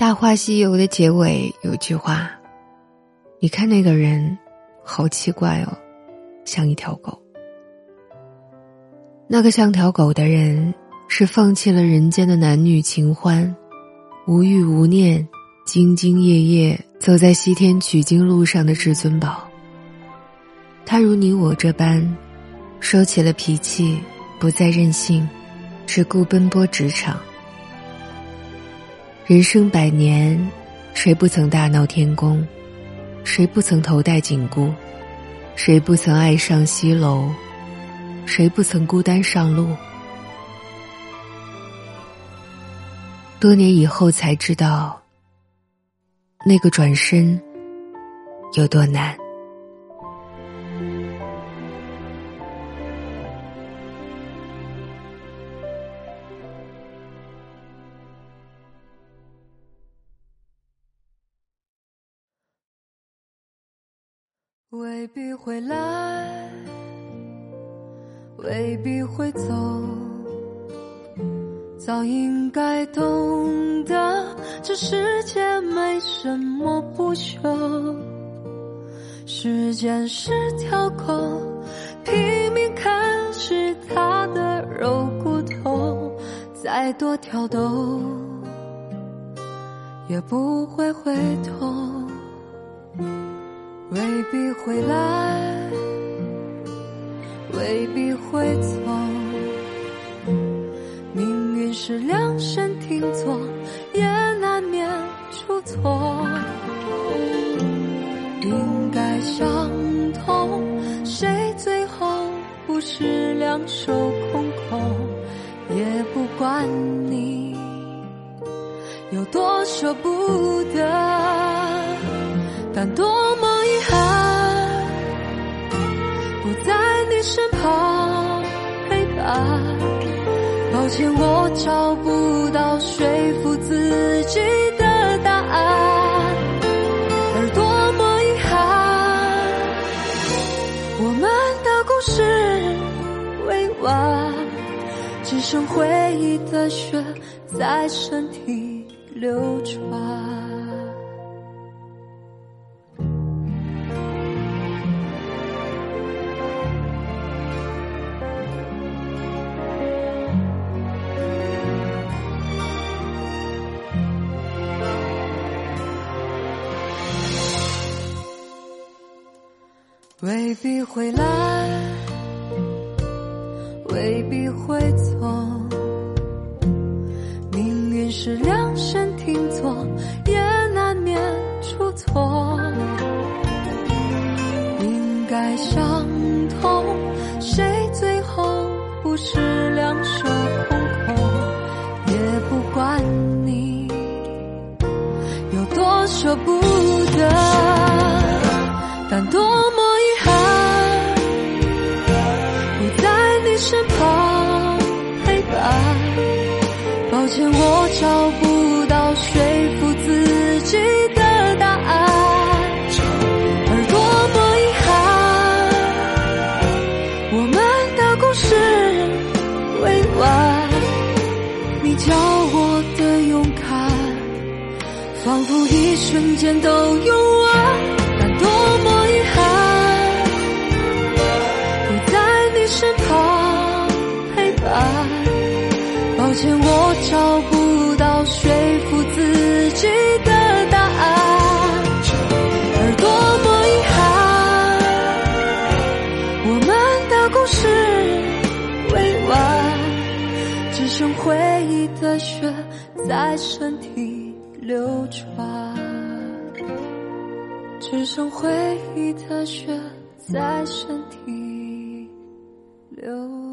大话西游的结尾有句话，你看那个人好奇怪哦，像一条狗。那个像条狗的人是放弃了人间的男女情欢，无欲无念，兢兢业业走在西天取经路上的至尊宝。他如你我这般收起了脾气，不再任性，只顾奔波职场。人生百年，谁不曾大闹天宫？谁不曾头戴紧箍？谁不曾爱上西楼？谁不曾孤单上路？多年以后才知道，那个转身有多难。 未必会来，未必会走，早应该懂得这世界没什么不朽。时间是条狗，拼命啃食它的肉骨头，再多挑逗也不会回头。未必会来，未必会走，命运是量身定做，也难免出错。应该相同，谁最后不是两手空空？也不管你有多舍不得，但多么遗憾，不在你身旁陪伴。抱歉，我找不到说服自己的答案，而多么遗憾，我们的故事未完，只剩回忆的血在身体流转。未必会来，未必会走，命运是量身定做，也难免出错。应该相同，谁最后不是两手空空？也不管你有多舍不得，但多么身旁陪伴。抱歉，我找不到说服自己的答案，而多么遗憾，我们的故事未完。你教我的勇敢，仿佛一瞬间都用完，但多么遗憾，不在你身旁。抱歉，我找不到说服自己的答案，而多么遗憾，我们的故事未完，只剩回忆的血在身体流转，只剩回忆的血在身体流转。